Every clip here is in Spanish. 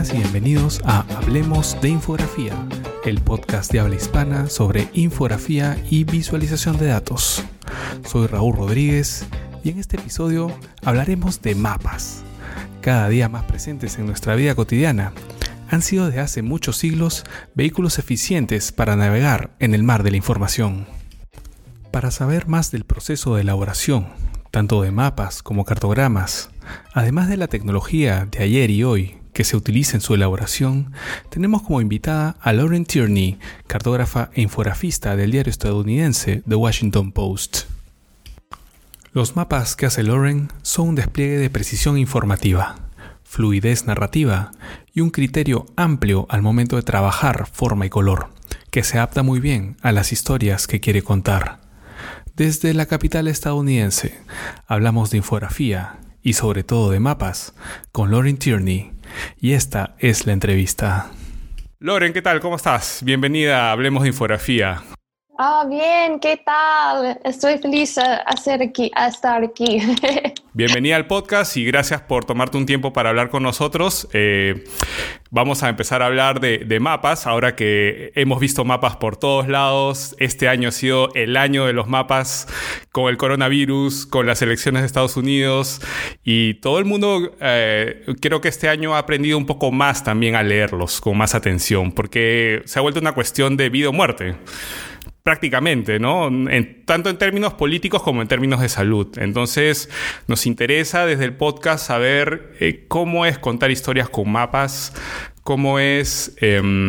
Bienvenidas y bienvenidos a Hablemos de Infografía, el podcast de habla hispana sobre infografía y visualización de datos. Soy Raúl Rodríguez y en este episodio hablaremos de mapas, cada día más presentes en nuestra vida cotidiana. Han sido desde hace muchos siglos vehículos eficientes para navegar en el mar de la información. Para saber más del proceso de elaboración, tanto de mapas como cartogramas, además de la tecnología de ayer y hoy que se utiliza en su elaboración, tenemos como invitada a Lauren Tierney, cartógrafa e infografista del diario estadounidense The Washington Post. Los mapas que hace Lauren son un despliegue de precisión informativa, fluidez narrativa y un criterio amplio al momento de trabajar forma y color, que se adapta muy bien a las historias que quiere contar. Desde la capital estadounidense, hablamos de infografía y sobre todo de mapas con Lauren Tierney, y esta es la entrevista. Lauren, ¿qué tal? ¿Cómo estás? Bienvenida a Hablemos de Infografía. Bien, ¿qué tal? Estoy feliz a estar aquí. Bienvenida al podcast y gracias por tomarte un tiempo para hablar con nosotros. Vamos a empezar a hablar de mapas, ahora que hemos visto mapas por todos lados. Este año ha sido el año de los mapas con el coronavirus, con las elecciones de Estados Unidos y todo el mundo creo que este año ha aprendido un poco más también a leerlos con más atención, porque se ha vuelto una cuestión de vida o muerte. Prácticamente, ¿no? Tanto en términos políticos como en términos de salud. Entonces, nos interesa desde el podcast saber cómo es contar historias con mapas, cómo es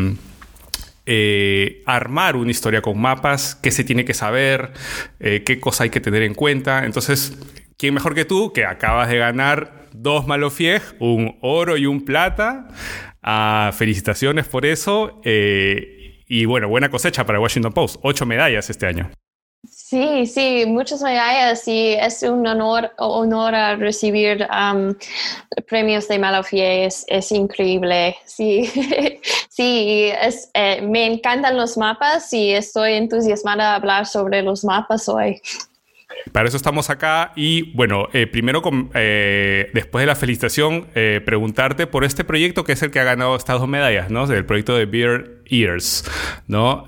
armar una historia con mapas, qué se tiene que saber, qué cosa hay que tener en cuenta. Entonces, ¿quién mejor que tú, que acabas de ganar 2 Malofie, un oro y un plata? Felicitaciones por eso. Y bueno, buena cosecha para Washington Post. 8 medallas este año. Sí, muchas medallas y es un honor a recibir premios de Malofie. Es increíble. Sí, sí, me encantan los mapas y estoy entusiasmada de hablar sobre los mapas hoy. Para eso estamos acá y bueno, primero después de la felicitación, preguntarte por este proyecto que es el que ha ganado estas 2 medallas, ¿no? El proyecto de Bear Ears, ¿no?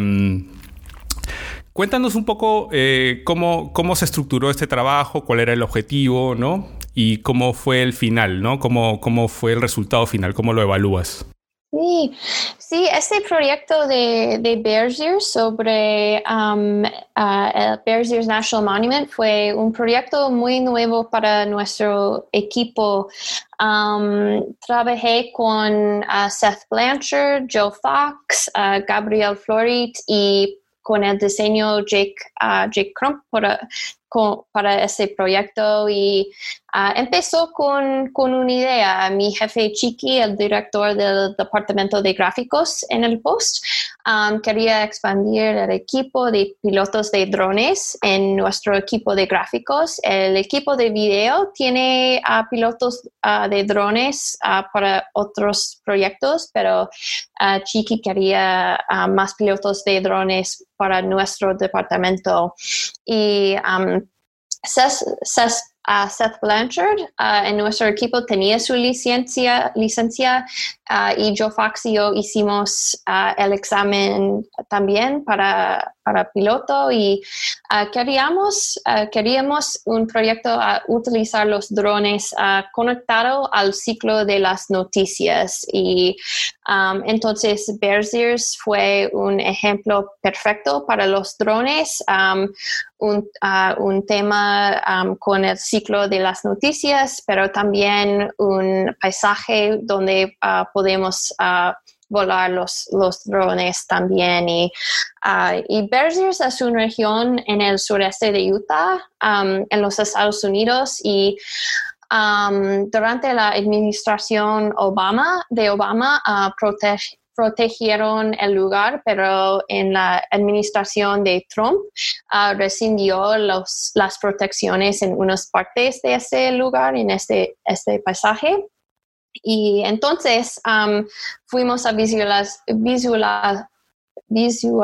Cuéntanos un poco cómo se estructuró este trabajo, cuál era el objetivo, ¿no? Y cómo fue el final, ¿no? Cómo fue el resultado final, cómo lo evalúas. Sí, este proyecto de Bears Ears sobre el Bears Ears National Monument fue un proyecto muy nuevo para nuestro equipo. Trabajé con Seth Blanchard, Joe Fox, Gabriel Florit y con el diseño Jake Crump para ese proyecto y empezó con una idea. Mi jefe Chiqui, el director del departamento de gráficos en el Post, quería expandir el equipo de pilotos de drones en nuestro equipo de gráficos. El equipo de video tiene pilotos de drones para otros proyectos, pero Chiqui quería más pilotos de drones para nuestro departamento. Y Seth Blanchard en nuestro equipo tenía su licencia y Joe Fox y yo hicimos el examen también para piloto y queríamos un proyecto a utilizar los drones conectado al ciclo de las noticias y entonces Bears Ears fue un ejemplo perfecto para los drones, un tema con el ciclo de las noticias, pero también un paisaje donde podemos volar los drones también. Y Bears Ears es una región en el sureste de Utah, en los Estados Unidos, y durante la administración Obama protegieron el lugar, pero en la administración de Trump rescindió las protecciones en unas partes de ese lugar, en este paisaje. Y entonces fuimos a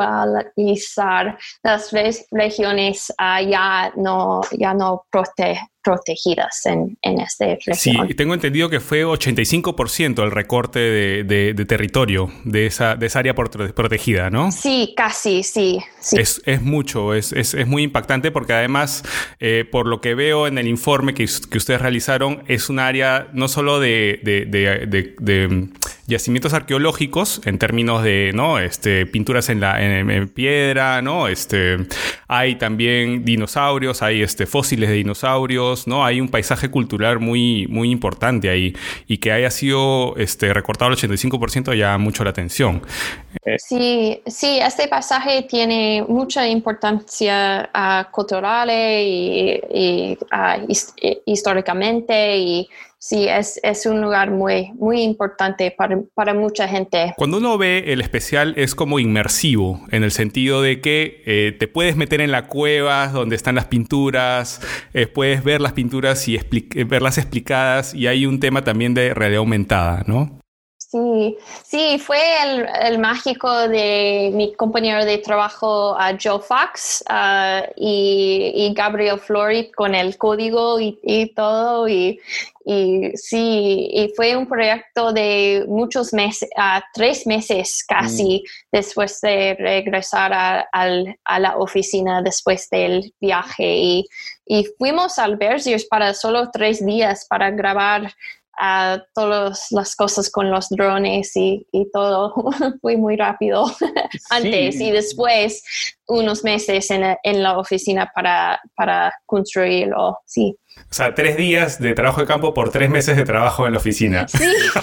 visualizar las regiones ya no protegidas en esta región. Sí, tengo entendido que fue 85% el recorte de territorio de esa área protegida, ¿no? Sí, casi, sí. Es mucho, es muy impactante porque además, por lo que veo en el informe que ustedes realizaron, es un área no solo de yacimientos arqueológicos en términos de, ¿no? Pinturas en piedra, ¿no? Hay también dinosaurios, hay fósiles de dinosaurios, ¿no? Hay un paisaje cultural muy, muy importante ahí, y que haya sido recortado al 85% llama mucho la atención. Sí, este paisaje tiene mucha importancia cultural y históricamente, y sí, es un lugar muy, muy importante para mucha gente. Cuando uno ve el especial es como inmersivo, en el sentido de que te puedes meter en la cueva donde están las pinturas, puedes ver las pinturas y verlas explicadas, y hay un tema también de realidad aumentada, ¿no? Sí, fue el mágico de mi compañero de trabajo, Joe Fox, y Gabriel Flori con el código y todo. Y sí, y fue un proyecto de muchos meses, 3 meses casi, después de regresar a la oficina después del viaje. Y fuimos al Berziers para solo 3 días para grabar todas las cosas con los drones y todo. Fue muy rápido antes, sí. Y después unos meses en la oficina para construirlo, sí. O sea, 3 días de trabajo de campo por 3 meses de trabajo en la oficina. Sí.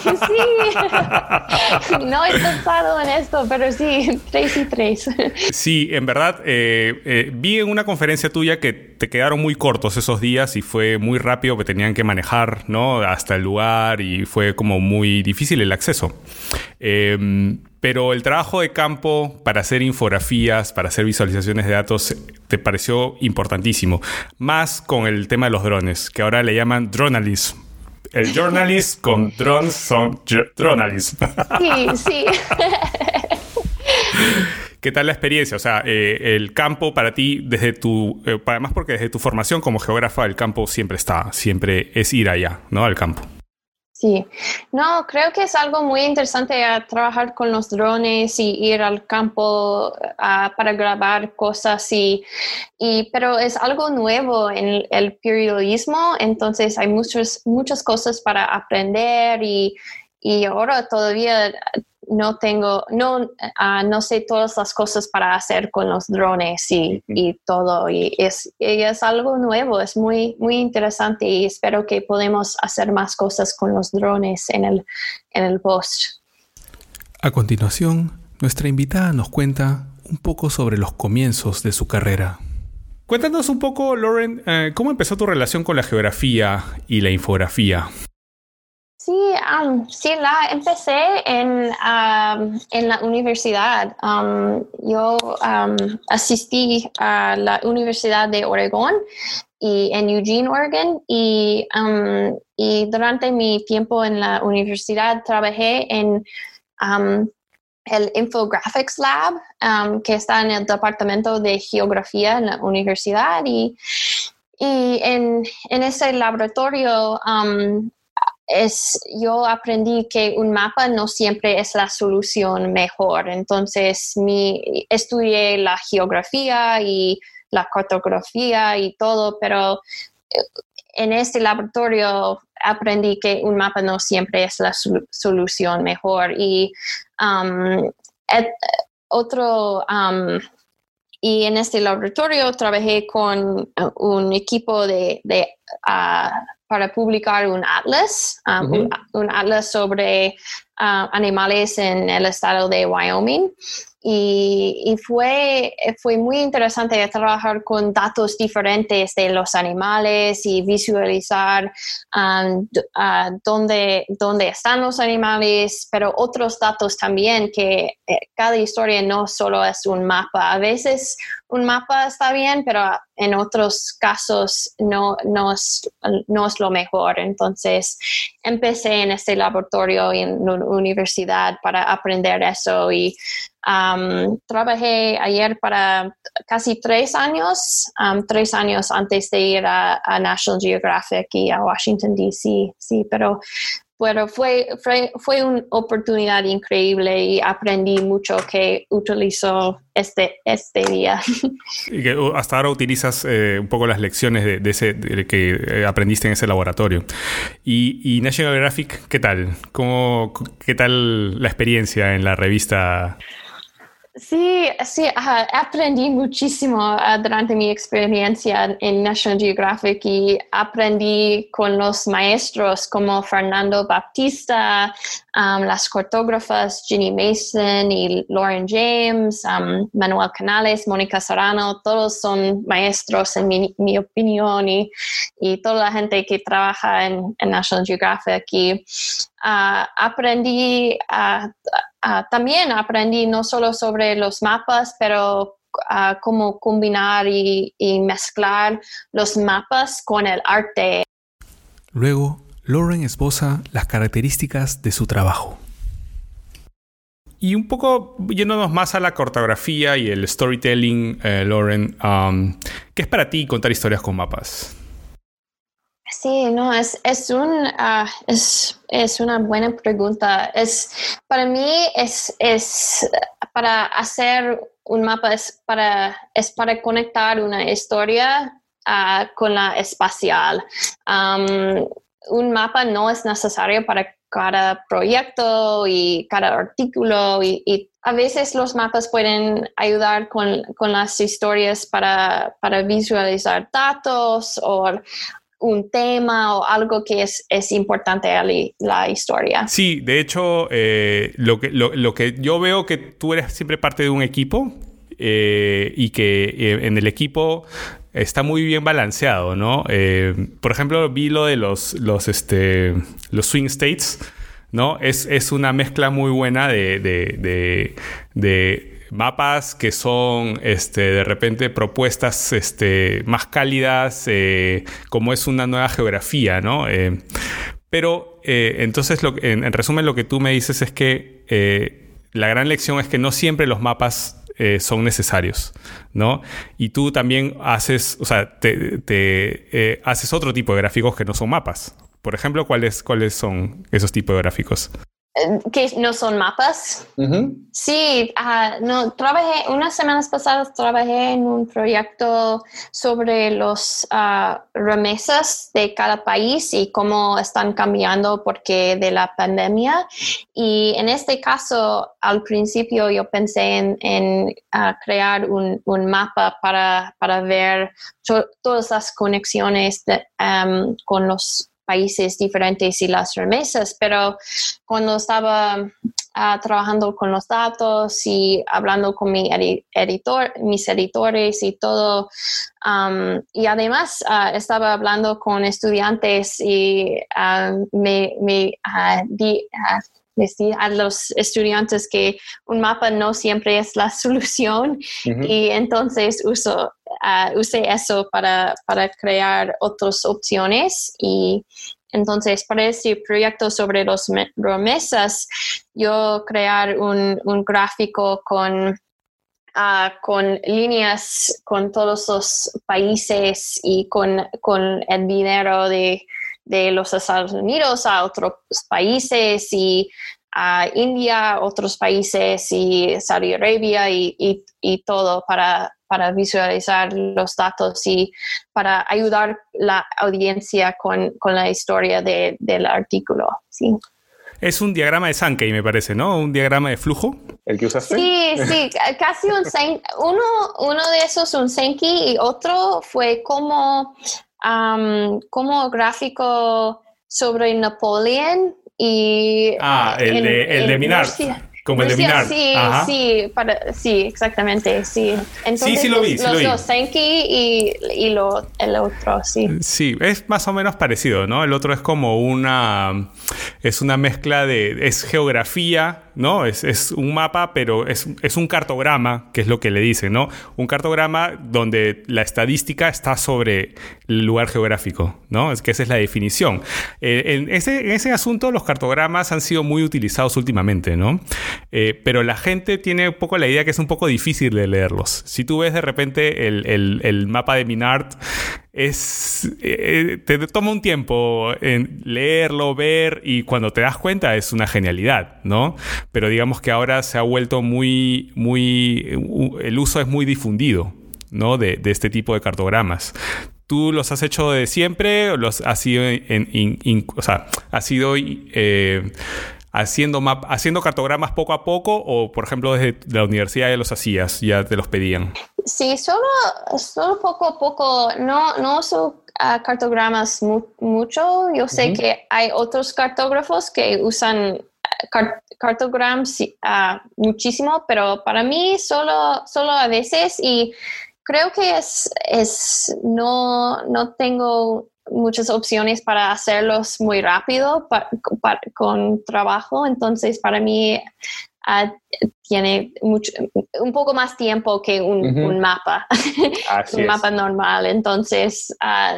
No he pensado en esto, pero sí, 3 y 3. Sí, en verdad, vi en una conferencia tuya que te quedaron muy cortos esos días y fue muy rápido, que tenían que manejar, ¿no? Hasta el lugar, y fue como muy difícil el acceso. Pero el trabajo de campo para hacer infografías, para hacer visualizaciones de datos, te pareció importantísimo. Más con el tema de los drones, que ahora le llaman dronalism. El journalist con drones son dronalism. Sí. ¿Qué tal la experiencia? O sea, el campo para ti, además porque desde tu formación como geógrafa, el campo siempre es ir allá, ¿no? Al campo. Sí, no, creo que es algo muy interesante trabajar con los drones y ir al campo para grabar cosas, pero es algo nuevo en el periodismo, entonces hay muchas cosas para aprender, y ahora todavía no sé todas las cosas para hacer con los drones y todo, y es algo nuevo, es muy, muy interesante, y espero que podamos hacer más cosas con los drones en el post. A continuación, nuestra invitada nos cuenta un poco sobre los comienzos de su carrera. Cuéntanos un poco, Lauren, ¿cómo empezó tu relación con la geografía y la infografía? Sí, la empecé en la universidad. Yo asistí a la Universidad de Oregón en Eugene, Oregon, y durante mi tiempo en la universidad trabajé en el Infographics Lab, que está en el Departamento de Geografía en la universidad, y en ese laboratorio yo aprendí que un mapa no siempre es la solución mejor. Entonces, estudié la geografía y la cartografía y todo, pero en este laboratorio aprendí que un mapa no siempre es la solución mejor. Y y en este laboratorio trabajé con un equipo para publicar un atlas, un atlas sobre animales en el estado de Wyoming. Y fue muy interesante trabajar con datos diferentes de los animales y visualizar dónde están los animales, pero otros datos también, que cada historia no solo es un mapa. A veces un mapa está bien, pero en otros casos no es lo mejor. Entonces, empecé en este laboratorio en la universidad para aprender eso y trabajé ayer para casi 3 años, 3 años antes de ir a National Geographic y a Washington, D.C. Sí, pero fue una oportunidad increíble y aprendí mucho que utilizo este día. Y que hasta ahora utilizas un poco las lecciones de que aprendiste en ese laboratorio. Y National Geographic, ¿qué tal? ¿Qué tal la experiencia en la revista? Sí, aprendí muchísimo durante mi experiencia en National Geographic y aprendí con los maestros como Fernando Baptista, las cartógrafas Ginny Mason y Lauren James, Manuel Canales, Mónica Serrano, todos son maestros en mi opinión y toda la gente que trabaja en National Geographic. Y también aprendí no solo sobre los mapas, pero cómo combinar y mezclar los mapas con el arte. Luego, Lauren esboza las características de su trabajo. Y un poco yéndonos más a la cartografía y el storytelling, Lauren, ¿qué es para ti contar historias con mapas? Sí, no, es una buena pregunta. Para mí es para hacer un mapa es para conectar una historia con la espacial. Un mapa no es necesario para cada proyecto y cada artículo y a veces los mapas pueden ayudar con las historias para visualizar datos o un tema o algo que es importante a la historia. Sí, de hecho, lo que yo veo que tú eres siempre parte de un equipo y que en el equipo está muy bien balanceado, ¿no? Por ejemplo, vi lo de los swing states, ¿no? Es una mezcla muy buena de mapas que son de repente propuestas más cálidas, como es una nueva geografía, ¿no? Pero entonces en resumen lo que tú me dices es que la gran lección es que no siempre los mapas son necesarios, ¿no? Y tú también haces, o sea, haces otro tipo de gráficos que no son mapas. Por ejemplo, ¿cuáles son esos tipos de gráficos? Que no son mapas. Uh-huh. Sí, unas semanas pasadas trabajé en un proyecto sobre los remesas de cada país y cómo están cambiando porque de la pandemia. Y en este caso, al principio yo pensé en crear un mapa para ver todas las conexiones con los países diferentes y las remesas, pero cuando estaba trabajando con los datos y hablando con mis editores y todo, y además estaba hablando con estudiantes y decía a los estudiantes que un mapa no siempre es la solución. Uh-huh. Y entonces usé eso para crear otras opciones y entonces para este proyecto sobre los remesas yo crear un gráfico con líneas con todos los países y con el dinero de los Estados Unidos a otros países y a India, otros países y Saudi Arabia y todo para visualizar los datos y para ayudar a la audiencia con la historia del artículo. Sí. Es un diagrama de Sankey, me parece, ¿no? Un diagrama de flujo. ¿El que usaste? Sí, casi uno de esos un Sankey y otro fue como gráfico sobre Napoleón y el de Minard. Como el de Minard. Sí, exactamente, sí. Entonces, sí, lo vi. Los dos, Sankey y el otro, sí. Sí, es más o menos parecido, ¿no? El otro es como una mezcla es geografía ¿no? Es un mapa, pero es un cartograma, que es lo que le dicen, ¿no? Un cartograma donde la estadística está sobre el lugar geográfico, ¿no? Es que esa es la definición. En ese asunto, los cartogramas han sido muy utilizados últimamente, ¿no? Pero la gente tiene un poco la idea que es un poco difícil de leerlos. Si tú ves de repente el mapa de Minard, te toma un tiempo en leerlo, ver, y cuando te das cuenta es una genialidad, ¿no? Pero digamos que ahora se ha vuelto el uso es muy difundido, ¿no? De este tipo de cartogramas. ¿Tú los has hecho de siempre o los has sido haciendo cartogramas poco a poco, o por ejemplo desde la universidad ya los hacías, ya te los pedían? Sí, solo poco a poco. No uso cartogramas mucho. Yo sé que hay otros cartógrafos que usan cartogramas muchísimo, pero para mí solo a veces, y creo que no tengo muchas opciones para hacerlos muy rápido con trabajo. Entonces, para mí tiene un poco más tiempo que un mapa, un mapa normal. Entonces,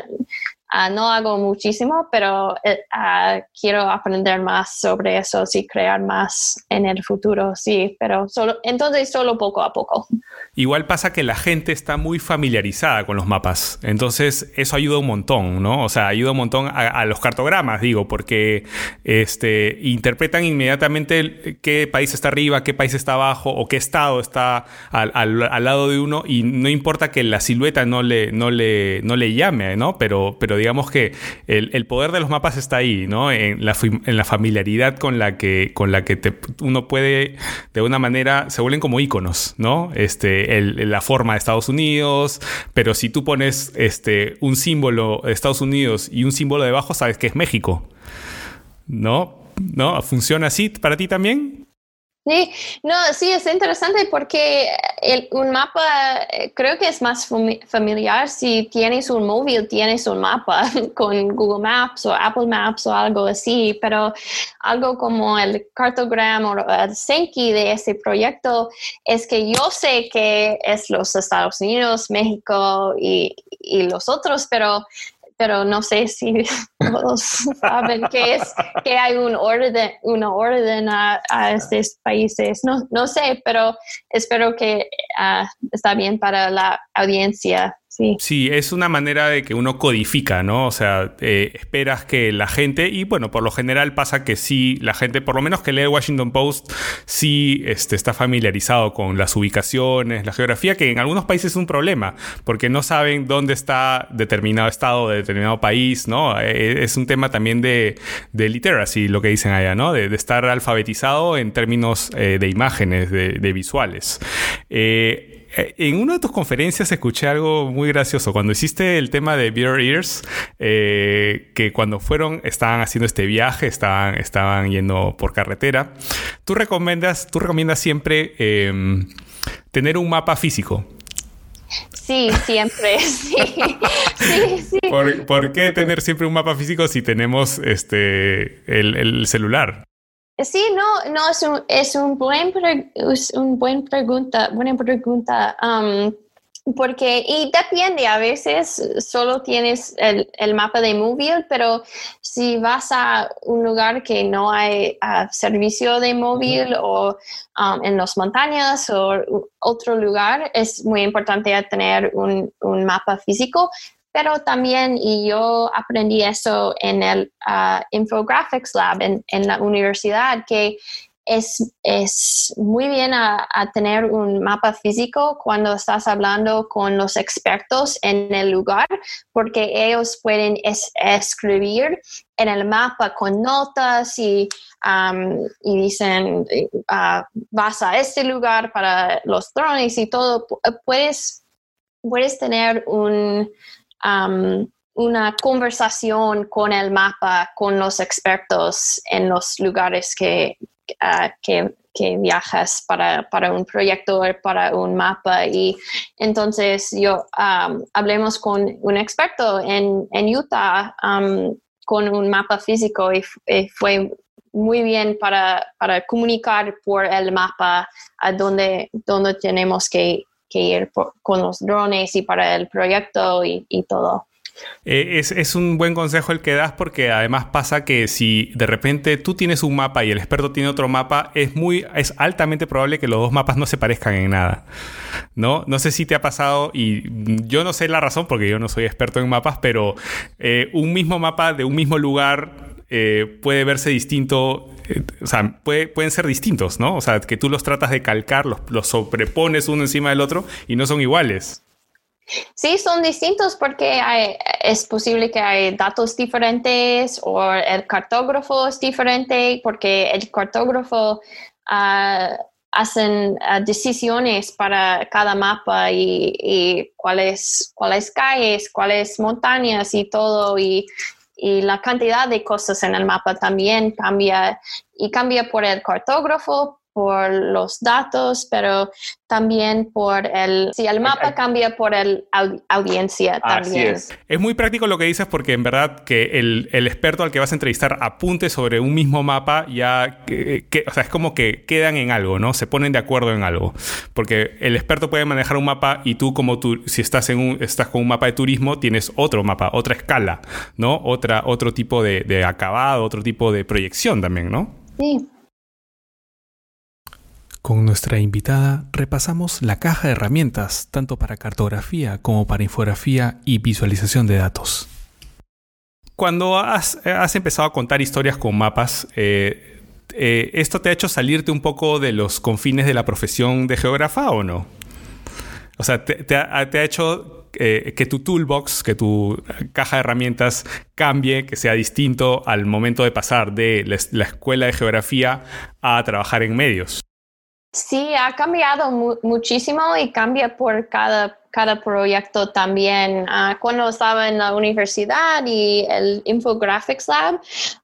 no hago muchísimo, pero quiero aprender más sobre eso, sí, crear más en el futuro, sí, pero solo poco a poco. Igual pasa que la gente está muy familiarizada con los mapas, entonces eso ayuda un montón, ¿no? O sea, ayuda un montón a los cartogramas, digo, porque interpretan inmediatamente qué país está arriba, qué país está abajo o qué estado está al lado de uno, y no importa que la silueta no le llame, ¿no? Pero digamos que el poder de los mapas está ahí, ¿no? En la familiaridad con la que uno puede, de una manera, se vuelven como íconos, ¿no? La forma de Estados Unidos, pero si tú pones un símbolo de Estados Unidos y un símbolo debajo, sabes que es México, ¿no? ¿No? ¿Funciona así para ti también? Sí, sí, es interesante porque un mapa creo que es más familiar si tienes un móvil, tienes un mapa con Google Maps o Apple Maps o algo así, pero algo como el cartograma o el Senki de ese proyecto es que yo sé que es los Estados Unidos, México y los otros, pero no sé si todos saben que hay una orden a estos países. No sé, pero espero que está bien para la audiencia. Sí. Sí, es una manera de que uno codifica, ¿no? O sea, esperas que la gente, y bueno, por lo general pasa que sí, la gente, por lo menos que lee el Washington Post, sí está familiarizado con las ubicaciones, la geografía, que en algunos países es un problema, porque no saben dónde está determinado estado, de determinado país, ¿no? Es un tema también de literacy, lo que dicen allá, ¿no? De estar alfabetizado en términos de imágenes, de visuales. En una de tus conferencias escuché algo muy gracioso. Cuando hiciste el tema de Bear Ears, que cuando estaban haciendo este viaje, estaban yendo por carretera. Tú recomiendas siempre tener un mapa físico. Sí, siempre, sí. Sí. ¿Por qué tener siempre un mapa físico si tenemos el celular? Sí, no, es un buena pregunta, porque, y depende, a veces solo tienes el mapa de móvil, pero si vas a un lugar que no hay servicio de móvil o en las montañas o otro lugar, es muy importante tener un mapa físico. Pero también, y yo aprendí eso en el Infographics Lab en la universidad, que es muy bien a tener un mapa físico cuando estás hablando con los expertos en el lugar, porque ellos pueden escribir en el mapa con notas y dicen, vas a este lugar para los drones y todo. Puedes tener una conversación con el mapa, con los expertos en los lugares que viajas para un proyecto o para un mapa. Y entonces hablemos con un experto en Utah con un mapa físico y fue muy bien para comunicar por el mapa a dónde tenemos que ir con los drones y para el proyecto y todo. Es un buen consejo el que das, porque además pasa que si de repente tú tienes un mapa y el experto tiene otro mapa, es altamente probable que los dos mapas no se parezcan en nada, ¿no? No sé si te ha pasado, y yo no sé la razón porque yo no soy experto en mapas, pero un mismo mapa de un mismo lugar puede verse distinto. O sea, pueden ser distintos, ¿no? O sea, que tú los tratas de calcar, los sobrepones uno encima del otro y no son iguales. Sí, son distintos porque es posible que hay datos diferentes o el cartógrafo es diferente porque el cartógrafo hacen decisiones para cada mapa y cuáles calles, cuáles montañas y todo y la cantidad de cosas en el mapa también cambia y cambia por el cartógrafo, por los datos, pero también por el mapa cambia por el audiencia también. Así es. Es muy práctico lo que dices porque en verdad que el experto al que vas a entrevistar apunte sobre un mismo mapa ya, o sea, es como que quedan en algo, ¿no? Se ponen de acuerdo en algo. Porque el experto puede manejar un mapa y tú si estás con un mapa de turismo, tienes otro mapa, otra escala, ¿no? Otro tipo de acabado, otro tipo de proyección también, ¿no? Sí. Con nuestra invitada repasamos la caja de herramientas, tanto para cartografía como para infografía y visualización de datos. Cuando has empezado a contar historias con mapas, ¿esto te ha hecho salirte un poco de los confines de la profesión de geógrafa o no? O sea, ¿te ha hecho que tu toolbox, que tu caja de herramientas cambie, que sea distinto al momento de pasar de la escuela de geografía a trabajar en medios? Sí, ha cambiado muchísimo y cambia por cada proyecto también. Cuando estaba en la universidad y el Infographics Lab,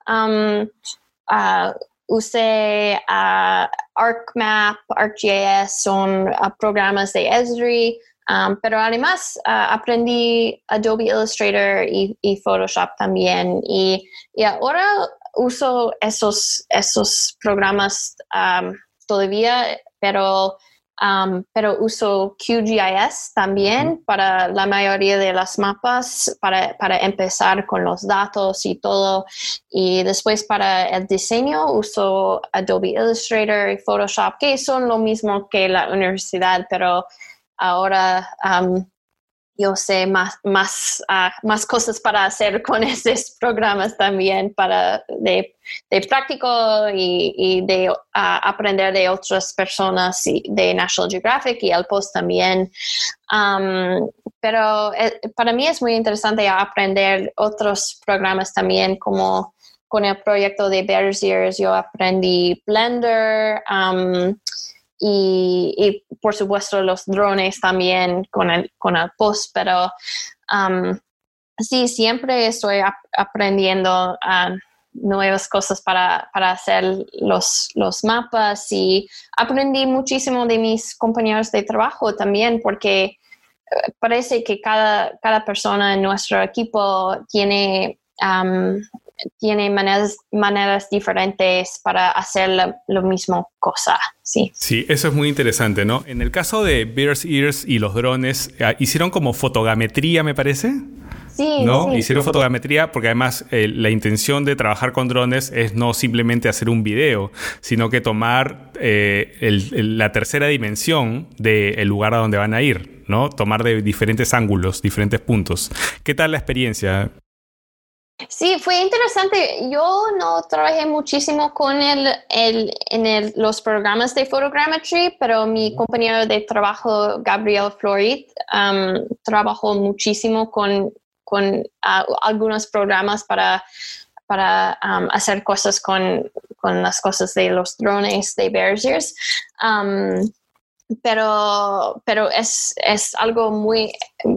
usé ArcMap, ArcGIS, son programas de Esri, pero además aprendí Adobe Illustrator y Photoshop también. Y ahora uso esos programas todavía, pero uso QGIS también para la mayoría de las mapas, para empezar con los datos y todo. Y después para el diseño uso Adobe Illustrator y Photoshop, que son lo mismo que la universidad, pero ahora yo sé más cosas para hacer con esos programas también de práctico y de aprender de otras personas y de National Geographic y el Post también. Pero para mí es muy interesante aprender otros programas también, como con el proyecto de Bears Ears yo aprendí Blender, y por supuesto los drones también con el Post, pero sí, siempre estoy aprendiendo nuevas cosas para hacer los mapas y aprendí muchísimo de mis compañeros de trabajo también porque parece que cada persona en nuestro equipo tiene maneras diferentes para hacer la misma cosa. Sí. Sí, eso es muy interesante, ¿no? En el caso de Bears Ears y los drones, hicieron como fotogrametría, me parece. Sí, ¿no? Sí. Hicieron fotogrametría porque además la intención de trabajar con drones es no simplemente hacer un video, sino que tomar la tercera dimensión del lugar a donde van a ir, ¿no? Tomar de diferentes ángulos, diferentes puntos. ¿Qué tal la experiencia? Sí, fue interesante. Yo no trabajé muchísimo con los programas de photogrammetry, pero mi compañero de trabajo, Gabriel Florid, trabajó muchísimo con algunos programas para hacer cosas con las cosas de los drones de Bears Ears. Pero es algo muy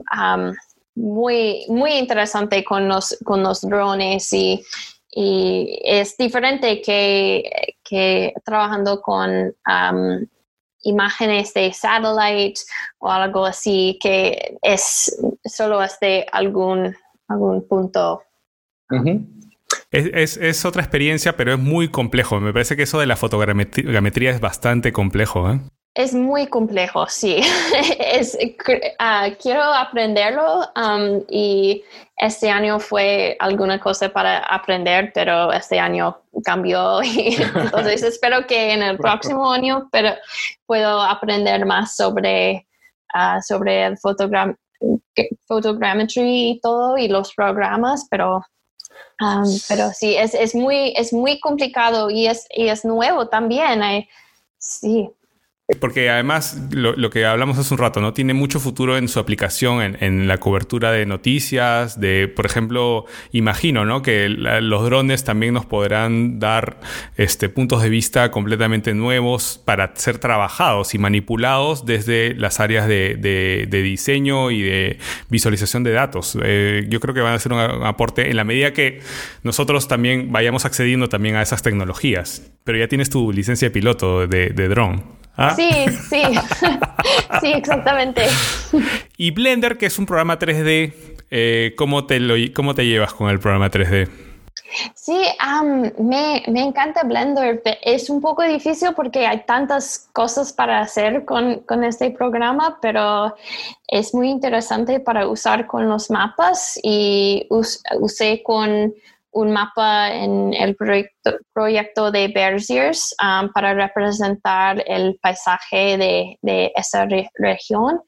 interesante con los drones y es diferente que trabajando con imágenes de satellite o algo así que solo es de algún punto. Uh-huh. Es otra experiencia, pero es muy complejo. Me parece que eso de la fotogrametría es bastante complejo, ¿eh? Es muy complejo, sí. Quiero aprenderlo y este año fue alguna cosa para aprender, pero este año cambió y entonces espero que en el próximo año puedo aprender más sobre el photogrammetry y todo y los programas, pero sí, es muy complicado y es nuevo también. Sí. Porque además, lo que hablamos hace un rato, ¿no? Tiene mucho futuro en su aplicación, en la cobertura de noticias, por ejemplo, imagino, ¿no? Que los drones también nos podrán dar puntos de vista completamente nuevos para ser trabajados y manipulados desde las áreas de diseño y de visualización de datos. Yo creo que van a ser un aporte en la medida que nosotros también vayamos accediendo también a esas tecnologías. Pero ya tienes tu licencia de piloto de dron. ¿Ah? Sí. Sí, exactamente. Y Blender, que es un programa 3D, ¿cómo te llevas con el programa 3D? Sí, me encanta Blender. Es un poco difícil porque hay tantas cosas para hacer con este programa, pero es muy interesante para usar con los mapas y usé con un mapa en el proyecto de Bears Ears para representar el paisaje de esa región.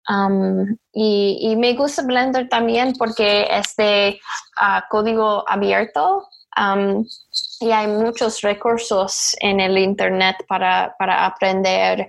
Y me gusta Blender también porque es de código abierto y hay muchos recursos en el internet para aprender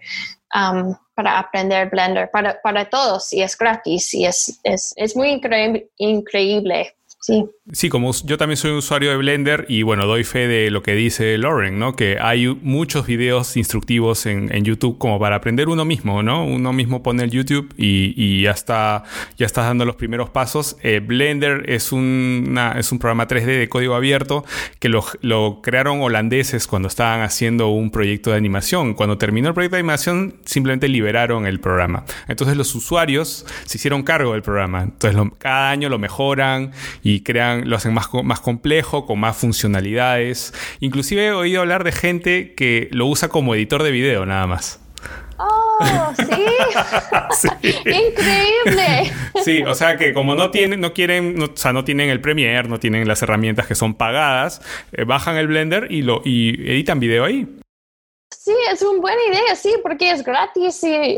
Blender para todos y es gratis y es muy increíble. Sí, como yo también soy un usuario de Blender y bueno, doy fe de lo que dice Lauren, ¿no? Que hay muchos videos instructivos en YouTube como para aprender uno mismo, ¿no? Uno mismo pone el YouTube y ya estás dando los primeros pasos. Blender es un programa 3D de código abierto que lo crearon holandeses cuando estaban haciendo un proyecto de animación. Cuando terminó el proyecto de animación, simplemente liberaron el programa. Entonces los usuarios se hicieron cargo del programa. Entonces cada año lo mejoran y lo hacen más complejo, con más funcionalidades. Inclusive he oído hablar de gente que lo usa como editor de video nada más. ¡Oh, sí! Sí. ¡Increíble! Sí, o sea que como no tienen el Premiere, no tienen las herramientas que son pagadas, bajan el Blender y editan video ahí. Sí, es una buena idea, sí, porque es gratis, sí.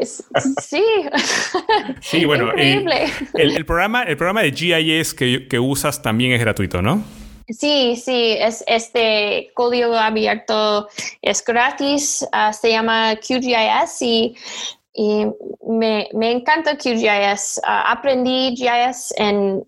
Sí, bueno, increíble. El programa de GIS que usas también es gratuito, ¿no? Sí, es este código abierto, es gratis, se llama QGIS y me encanta QGIS. Aprendí GIS en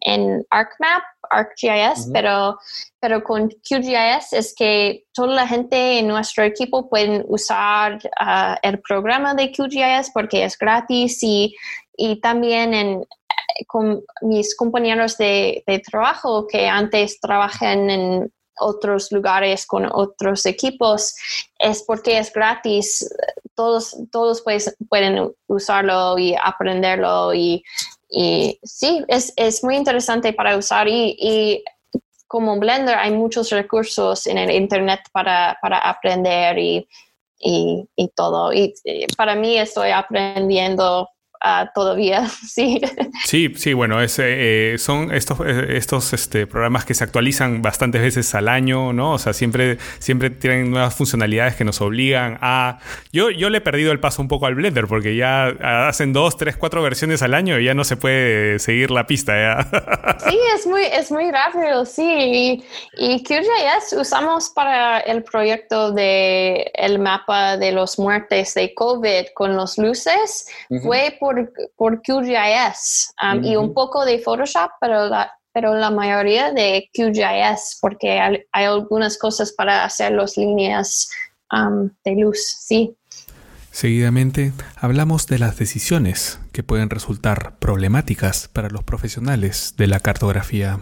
ArcGIS, pero con QGIS es que toda la gente en nuestro equipo pueden usar el programa de QGIS porque es gratis y también con mis compañeros de trabajo que antes trabajan en otros lugares con otros equipos, es porque es gratis. Todos pueden usarlo y aprenderlo y sí, es muy interesante para usar y como Blender hay muchos recursos en el internet para aprender y todo. Y para mí estoy aprendiendo todavía, sí. Sí, bueno, son estos programas que se actualizan bastantes veces al año, ¿no? O sea, siempre tienen nuevas funcionalidades que nos obligan a... Yo le he perdido el paso un poco al Blender porque ya hacen 2, 3, 4 versiones al año y ya no se puede seguir la pista, ¿ya? Sí, es muy rápido, sí. Y QGIS usamos para el proyecto de el mapa de los muertes de COVID con los luces. Fue por QGIS y un poco de Photoshop, pero la mayoría de QGIS porque hay algunas cosas para hacer las líneas de luz, sí. Seguidamente, hablamos de las decisiones que pueden resultar problemáticas para los profesionales de la cartografía.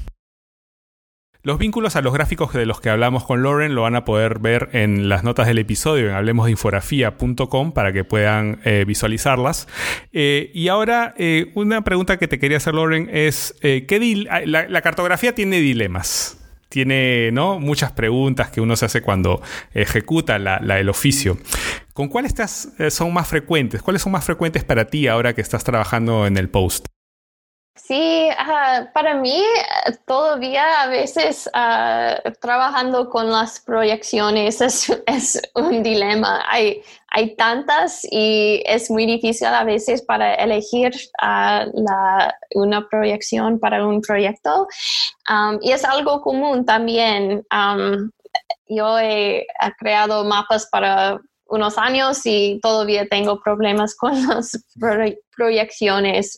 Los vínculos a los gráficos de los que hablamos con Lauren lo van a poder ver en las notas del episodio en hablemosdeinfografía.com para que puedan visualizarlas. Y ahora, una pregunta que te quería hacer, Lauren, es la cartografía tiene dilemas. tiene, ¿no?, muchas preguntas que uno se hace cuando ejecuta el oficio. ¿Con cuáles son más frecuentes? ¿Cuáles son más frecuentes para ti ahora que estás trabajando en el post? Sí, para mí todavía a veces trabajando con las proyecciones es un dilema. Hay tantas y es muy difícil a veces para elegir una proyección para un proyecto. Y es algo común también. Yo he creado mapas para unos años y todavía tengo problemas con las proyecciones,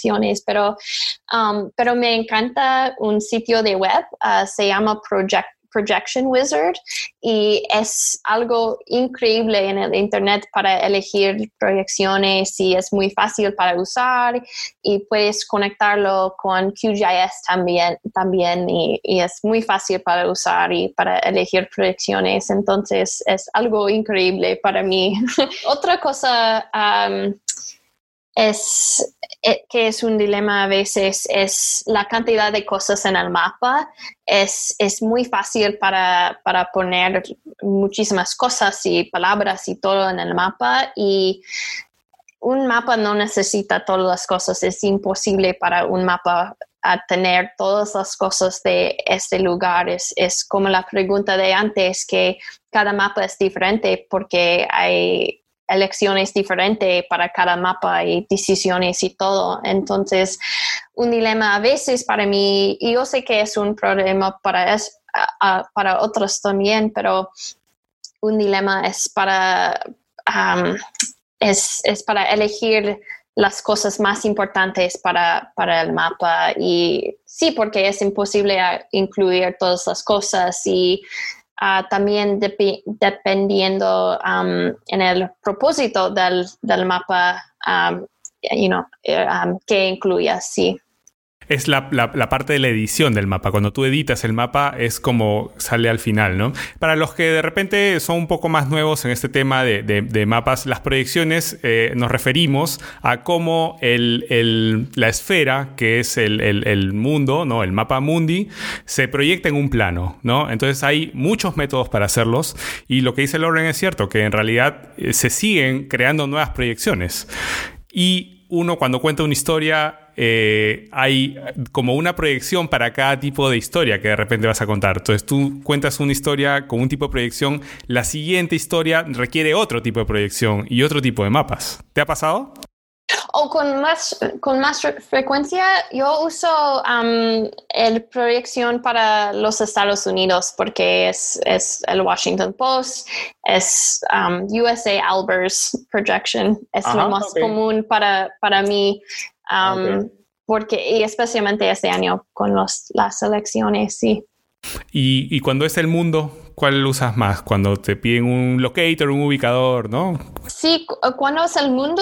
pero me encanta un sitio de web, se llama Projection Wizard, y es algo increíble en el internet para elegir proyecciones y es muy fácil para usar y puedes conectarlo con QGIS también y es muy fácil para usar y para elegir proyecciones, entonces es algo increíble para mí. Otra cosa que es un dilema a veces es la cantidad de cosas en el mapa. Es muy fácil para poner muchísimas cosas y palabras y todo en el mapa, y un mapa no necesita todas las cosas. Es imposible para un mapa tener todas las cosas de este lugar. Es como la pregunta de antes, que cada mapa es diferente porque hay elecciones diferentes para cada mapa y decisiones y todo. Entonces, un dilema a veces para mí, y yo sé que es un problema para otros también, pero un dilema es para elegir las cosas más importantes para el mapa. Y sí, porque es imposible incluir todas las cosas y también dependiendo en el propósito del mapa, que incluya, sí. Es la parte de la edición del mapa. Cuando tú editas el mapa es como sale al final, ¿no? Para los que de repente son un poco más nuevos en este tema de mapas, las proyecciones nos referimos a cómo la esfera, que es el mundo, ¿no?, el mapa mundi, se proyecta en un plano, ¿no? Entonces hay muchos métodos para hacerlos y lo que dice Lauren es cierto, que en realidad se siguen creando nuevas proyecciones. Y uno cuando cuenta una historia hay como una proyección para cada tipo de historia que de repente vas a contar. Entonces tú cuentas una historia con un tipo de proyección, la siguiente historia requiere otro tipo de proyección y otro tipo de mapas. ¿Te ha pasado? O con más frecuencia, yo uso el proyección para los Estados Unidos porque es el Washington Post, es USA Albers Projection, es lo más común para mí, porque, y especialmente este año con las elecciones, sí. Y cuando es el mundo, ¿cuál usas más? Cuando te piden un locator, un ubicador, ¿no? Sí, cuando es el mundo,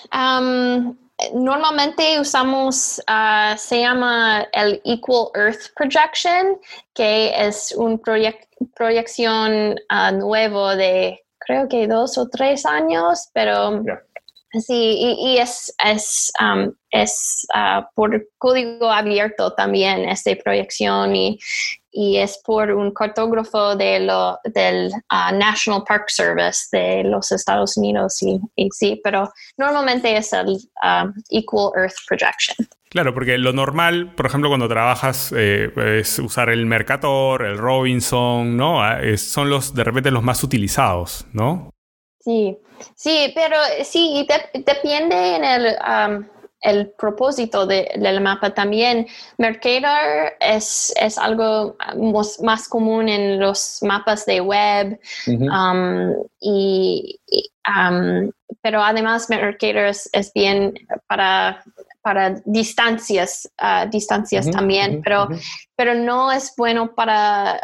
normalmente usamos, se llama el Equal Earth Projection, que es una proyección nuevo de creo que 2 o 3 años, pero... Yeah. Sí, y es por código abierto también esta proyección y es por un cartógrafo del National Park Service de los Estados Unidos y sí, pero normalmente es el Equal Earth Projection. Claro, porque lo normal, por ejemplo, cuando trabajas es usar el Mercator, el Robinson, ¿no? Son de repente los más utilizados, ¿no? Sí, pero sí, depende en el propósito del mapa también. Mercator es algo más común en los mapas de web, pero además Mercator es bien para distancias también, pero no es bueno para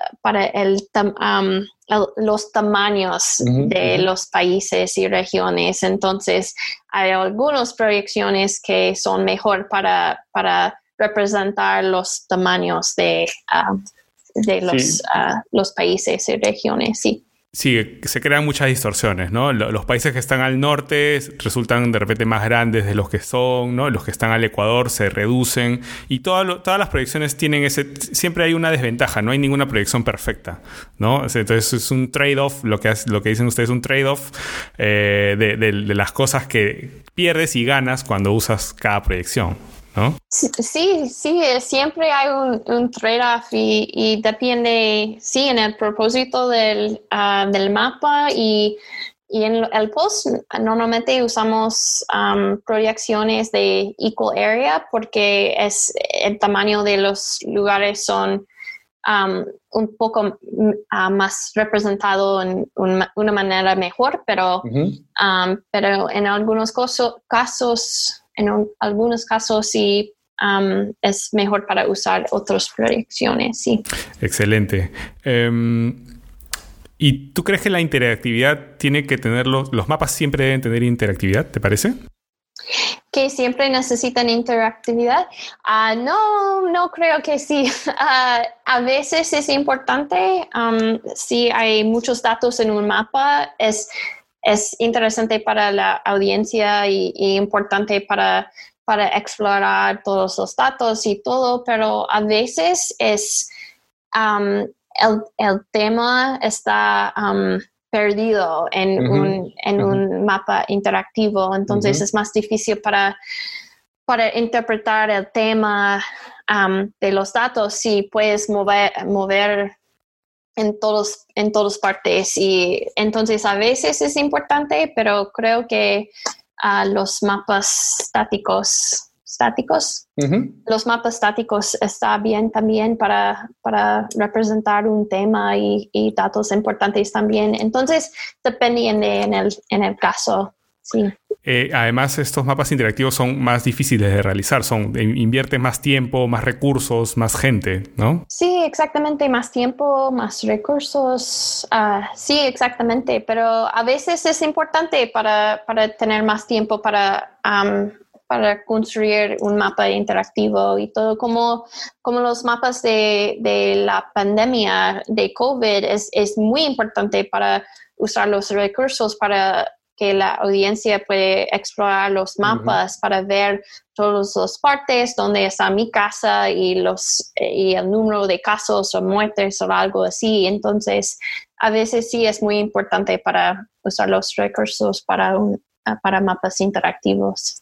los tamaños de los países y regiones. Entonces, hay algunas proyecciones que son mejor para representar los tamaños de los países y regiones, sí. Sí, se crean muchas distorsiones, ¿no? Los países que están al norte resultan de repente más grandes de los que son, ¿no? Los que están al Ecuador se reducen y todas las proyecciones tienen siempre hay una desventaja, no hay ninguna proyección perfecta, ¿no? Entonces es un trade-off, lo que dicen ustedes, un trade-off de las cosas que pierdes y ganas cuando usas cada proyección, ¿no? Sí, siempre hay un trade-off y depende, sí, en el propósito del mapa y en el post normalmente usamos proyecciones de equal area porque el tamaño de los lugares son un poco más representado en una manera mejor, pero en algunos casos sí es mejor para usar otras proyecciones, sí. Excelente. ¿Y tú crees que la interactividad tiene que tener los mapas siempre deben tener interactividad, te parece? Que siempre necesitan interactividad. No creo que sí. A veces es importante. Si hay muchos datos en un mapa, es interesante para la audiencia y importante para explorar todos los datos y todo, pero a veces el tema está perdido en un mapa interactivo, entonces es más difícil para interpretar el tema de los datos si puedes mover en todas partes, y entonces a veces es importante, pero creo que los mapas estáticos, los mapas estáticos está bien también para representar un tema y datos importantes también. Entonces, depende en el caso, sí. Además, estos mapas interactivos son más difíciles de realizar, invierten más tiempo, más recursos, más gente, ¿no? Sí, exactamente, más tiempo, más recursos, sí, exactamente, pero a veces es importante para tener más tiempo para construir un mapa interactivo y todo, como los mapas de la pandemia de COVID, es muy importante para usar los recursos para que la audiencia puede explorar los mapas para ver todas las partes donde está mi casa y el número de casos o muertes o algo así. Entonces, a veces sí es muy importante para usar los recursos para mapas interactivos.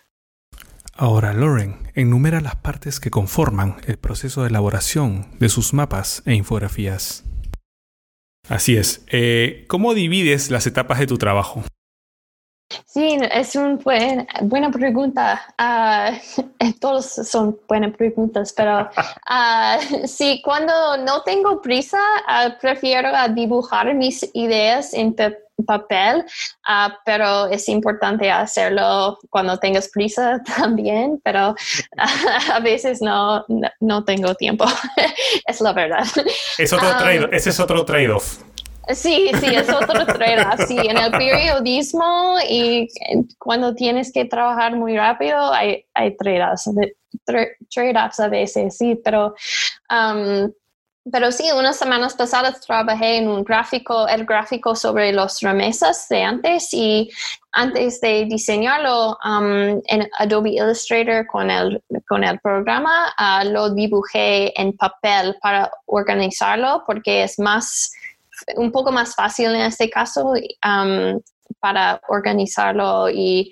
Ahora, Lauren, enumera las partes que conforman el proceso de elaboración de sus mapas e infografías. Así es. ¿Cómo divides las etapas de tu trabajo? Sí, es una buena pregunta. Todos son buenas preguntas, pero sí, cuando no tengo prisa, prefiero dibujar mis ideas en papel, pero es importante hacerlo cuando tengas prisa también, pero a veces no tengo tiempo. Es la verdad. Ese es otro trade-off. Sí, es otro trade-off. Sí, en el periodismo y cuando tienes que trabajar muy rápido hay trade-offs a veces, sí, pero sí, unas semanas pasadas trabajé en el gráfico sobre los remesas de antes, y antes de diseñarlo en Adobe Illustrator con el programa, lo dibujé en papel para organizarlo porque es un poco más fácil en este caso para organizarlo y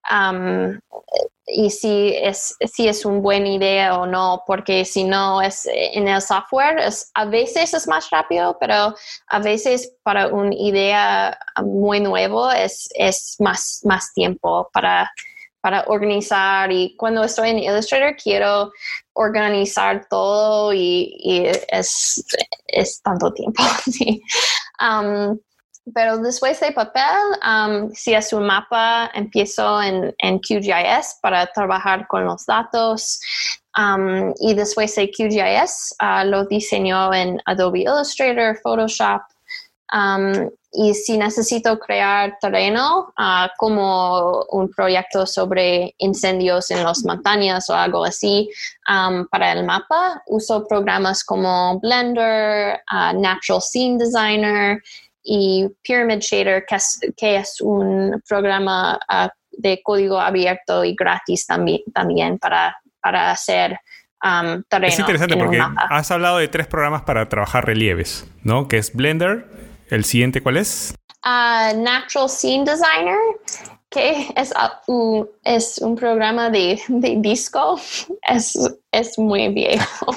si es una buena idea o no, porque si no es en el software, a veces es más rápido, pero a veces para una idea muy nueva es más tiempo para organizar, y cuando estoy en Illustrator quiero organizar todo y es tanto tiempo. Sí. Pero después de papel, si es un mapa, empiezo en QGIS para trabajar con los datos, y después de QGIS lo diseño en Adobe Illustrator, Photoshop. Y si necesito crear terreno, como un proyecto sobre incendios en las montañas o algo así, para el mapa, uso programas como Blender, Natural Scene Designer y Pyramid Shader, que es un programa de código abierto y gratis también para hacer terreno. Es interesante porque has hablado de 3 programas para trabajar relieves, ¿no? Que es Blender. ¿El siguiente cuál es? Natural Scene Designer, que es un programa de disco. Es muy viejo.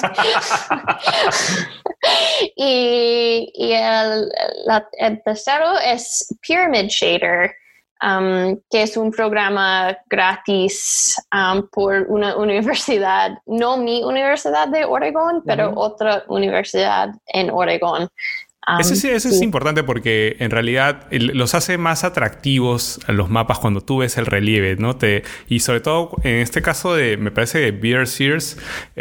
y el tercero es Pyramid Shader, que es un programa gratis por una universidad, no mi universidad de Oregón, pero otra universidad en Oregón. Eso es importante porque en realidad los hace más atractivos a los mapas cuando tú ves el relieve, ¿no? Y sobre todo en este caso me parece de Beer Sears,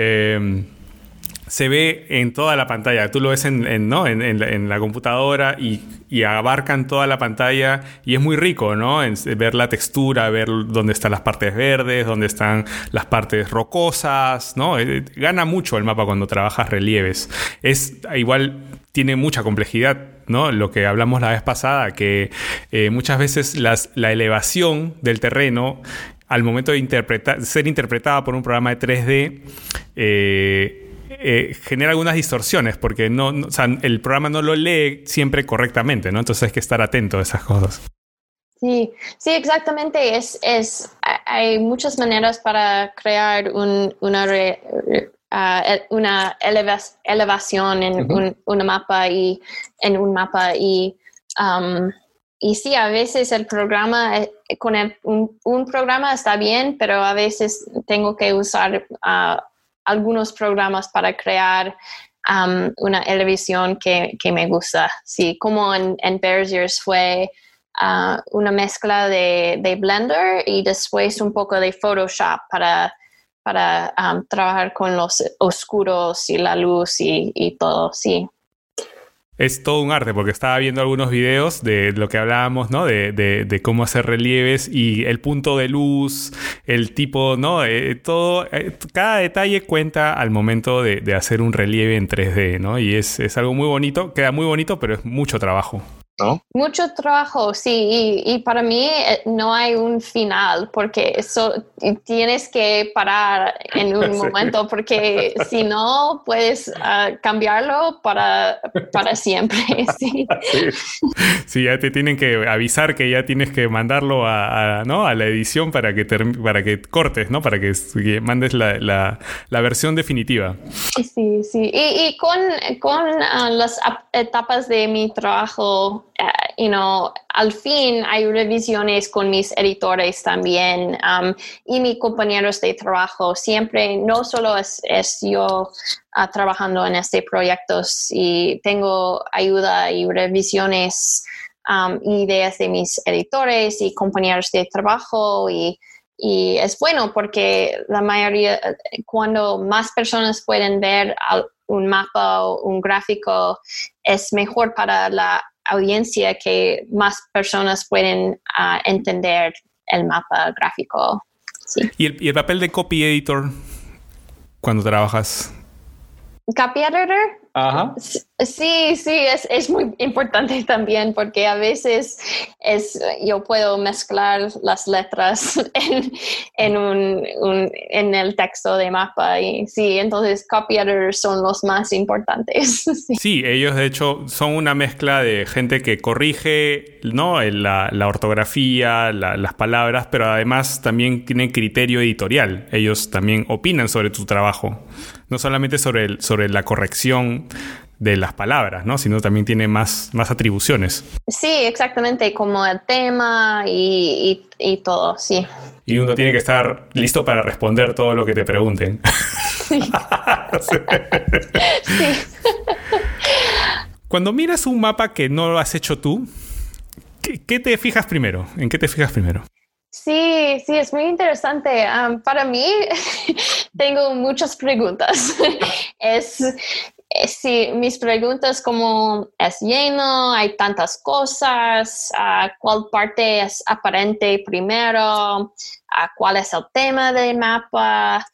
se ve en toda la pantalla. Tú lo ves en la computadora y abarcan toda la pantalla y es muy rico, ¿no? Ver la textura, ver dónde están las partes verdes, dónde están las partes rocosas, ¿no? Gana mucho el mapa cuando trabajas relieves. Igual tiene mucha complejidad, ¿no? Lo que hablamos la vez pasada, que muchas veces la elevación del terreno al momento de ser interpretada por un programa de 3D genera algunas distorsiones porque o sea, el programa no lo lee siempre correctamente, ¿no? Entonces hay que estar atento a esas cosas. Sí, exactamente. Hay muchas maneras para crear una elevación en un mapa y sí, a veces el programa un programa está bien, pero a veces tengo que usar algunos programas para crear una elevation que me gusta. Sí, como en Bear Sears fue una mezcla de Blender y después un poco de Photoshop para trabajar con los oscuros y la luz y todo, sí. Es todo un arte, porque estaba viendo algunos videos de lo que hablábamos, ¿no? De cómo hacer relieves y el punto de luz, el tipo, ¿no? Todo, cada detalle cuenta al momento de hacer un relieve en 3D, ¿no? Y es algo muy bonito, queda muy bonito, pero es mucho trabajo, ¿no? Mucho trabajo, sí, y para mí no hay un final porque tienes que parar en un momento porque si no puedes cambiarlo para siempre, sí. Sí, ya te tienen que avisar que ya tienes que mandarlo a la edición para que cortes, ¿no? Para que mandes la versión definitiva. Sí. Y con las etapas de mi trabajo, al fin hay revisiones con mis editores también y mis compañeros de trabajo. Siempre, no solo es yo trabajando en este proyecto, y tengo ayuda y revisiones, ideas de mis editores y compañeros de trabajo y es bueno porque la mayoría, cuando más personas pueden ver un mapa o un gráfico, es mejor para la audiencia que más personas pueden entender el mapa gráfico. Sí. ¿Y el papel de copy editor cuando trabajas? ¿Copy editor? Ajá. Sí, es muy importante también porque a veces yo puedo mezclar las letras en el texto de mapa y sí, entonces copy editors son los más importantes. Sí, ellos de hecho son una mezcla de gente que corrige, ¿no? la ortografía, las palabras, pero además también tienen criterio editorial. Ellos también opinan sobre tu trabajo, no solamente sobre la corrección de las palabras, ¿no? Sino también tiene más atribuciones. Sí, exactamente, como el tema y todo, sí. Y uno tiene que estar listo para responder todo lo que te pregunten. Sí. Sí. Cuando miras un mapa que no lo has hecho tú, ¿qué te fijas primero? ¿En qué te fijas primero? Sí, es muy interesante. Para mí, tengo muchas preguntas. Sí, mis preguntas como es lleno, hay tantas cosas, cuál parte es aparente primero, cuál es el tema del mapa,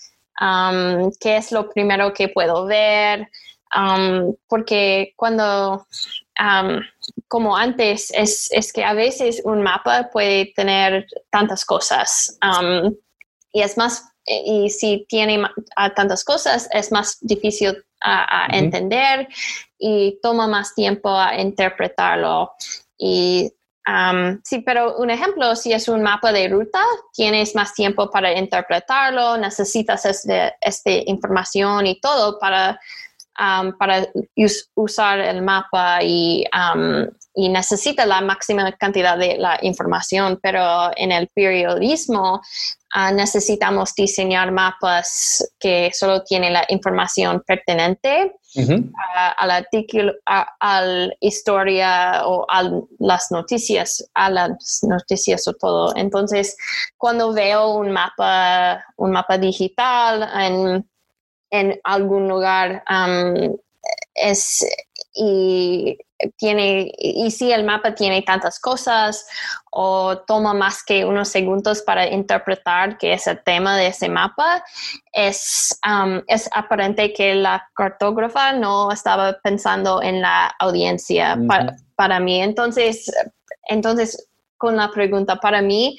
qué es lo primero que puedo ver, porque cuando como antes, es que a veces un mapa puede tener tantas cosas y si tiene tantas cosas es más difícil a entender y toma más tiempo a interpretarlo. Y sí, pero un ejemplo, si es un mapa de ruta, tienes más tiempo para interpretarlo, necesitas esta información y todo para usar el mapa y necesita la máxima cantidad de la información, pero en el periodismo necesitamos diseñar mapas que solo tienen la información pertinente a la historia o a las noticias o todo. Entonces, cuando veo un mapa digital en algún lugar y si el mapa tiene tantas cosas o toma más que unos segundos para interpretar qué es el tema de ese mapa, es aparente que la cartógrafa no estaba pensando en la audiencia para mí. Entonces, con la pregunta, para mí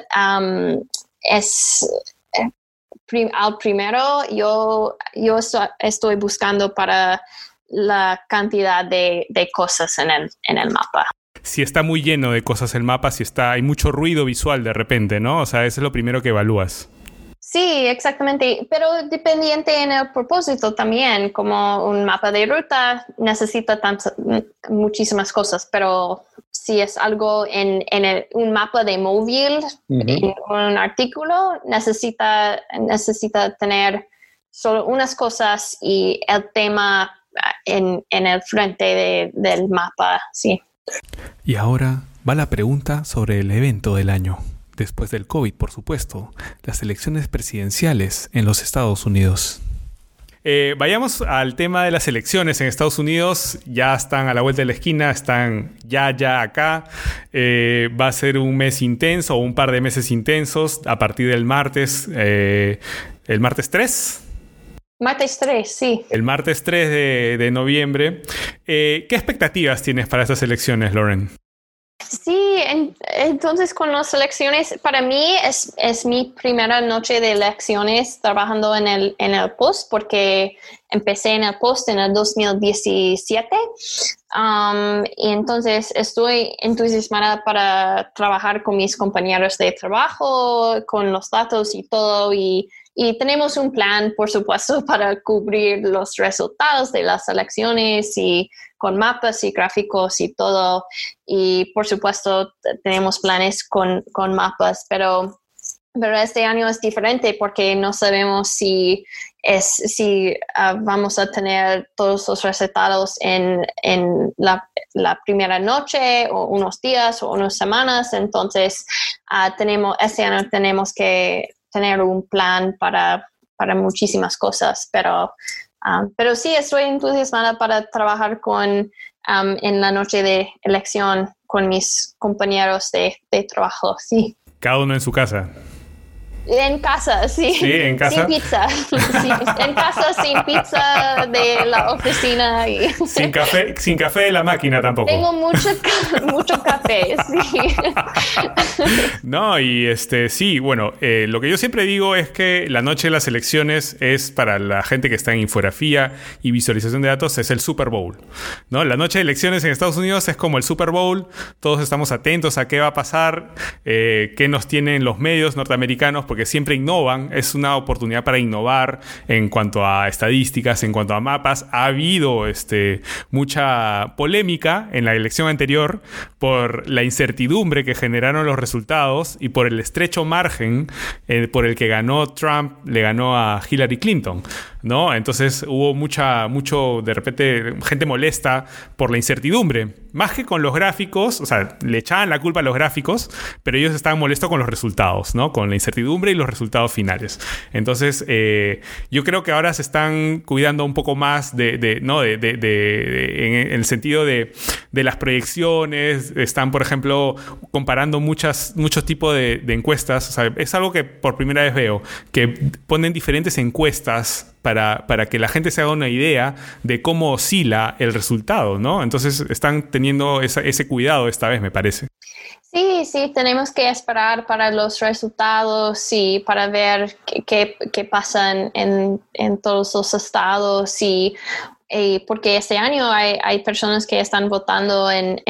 al primero yo estoy buscando para la cantidad de cosas en el mapa. Si está muy lleno de cosas el mapa, hay mucho ruido visual de repente, ¿no? O sea, eso es lo primero que evalúas. Sí, exactamente, pero dependiente en el propósito también, como un mapa de ruta necesita muchísimas cosas, pero si es algo en un mapa de móvil, en un artículo, necesita tener solo unas cosas y el tema en el frente del mapa, sí. Y ahora va la pregunta sobre el evento del año. Después del COVID, por supuesto, las elecciones presidenciales en los Estados Unidos. Vayamos al tema de las elecciones en Estados Unidos. Ya están a la vuelta de la esquina, están ya acá. Va a ser un mes intenso o un par de meses intensos a partir del martes. ¿El martes 3? Martes 3, sí. El martes 3 de noviembre. ¿Qué expectativas tienes para estas elecciones, Lauren? Sí, entonces con las elecciones, para mí es mi primera noche de elecciones trabajando en el Post, porque empecé en el Post en el 2017. Y entonces estoy entusiasmada para trabajar con mis compañeros de trabajo, con los datos y todo, y tenemos un plan, por supuesto, para cubrir los resultados de las elecciones y con mapas y gráficos y todo. Y, por supuesto, tenemos planes con mapas, pero este año es diferente porque no sabemos si vamos a tener todos los resultados en la primera noche o unos días o unas semanas. Entonces, este año tenemos que tener un plan para muchísimas cosas, pero sí estoy entusiasmada para trabajar en la noche de elección con mis compañeros de trabajo, sí. Cada uno en su casa. En casa, sí. Sí, en casa. Sin pizza. Sí, en casa, sin pizza de la oficina. Y sin café de la máquina tampoco. Tengo mucho café, sí. No, y sí, bueno, lo que yo siempre digo es que la noche de las elecciones es para la gente que está en infografía y visualización de datos, es el Super Bowl, ¿no? La noche de elecciones en Estados Unidos es como el Super Bowl. Todos estamos atentos a qué va a pasar, qué nos tienen los medios norteamericanos, porque siempre innovan. Es una oportunidad para innovar en cuanto a estadísticas, en cuanto a mapas. Ha habido mucha polémica en la elección anterior por la incertidumbre que generaron los resultados y por el estrecho margen por el que ganó Trump, le ganó a Hillary Clinton, ¿no? Entonces hubo mucho, de repente, gente molesta por la incertidumbre. Más que con los gráficos, o sea, le echaban la culpa a los gráficos, pero ellos estaban molestos con los resultados, ¿no? Con la incertidumbre y los resultados finales. Entonces, yo creo que ahora se están cuidando un poco más en el sentido de las proyecciones. Están, por ejemplo, comparando muchos tipos de encuestas. O sea, es algo que por primera vez veo, que ponen diferentes encuestas para que la gente se haga una idea de cómo oscila el resultado, ¿no? Entonces están teniendo ese cuidado esta vez, me parece. Sí, tenemos que esperar para los resultados y para ver qué pasa en todos los estados porque este año hay personas que están votando en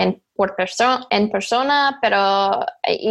persona, pero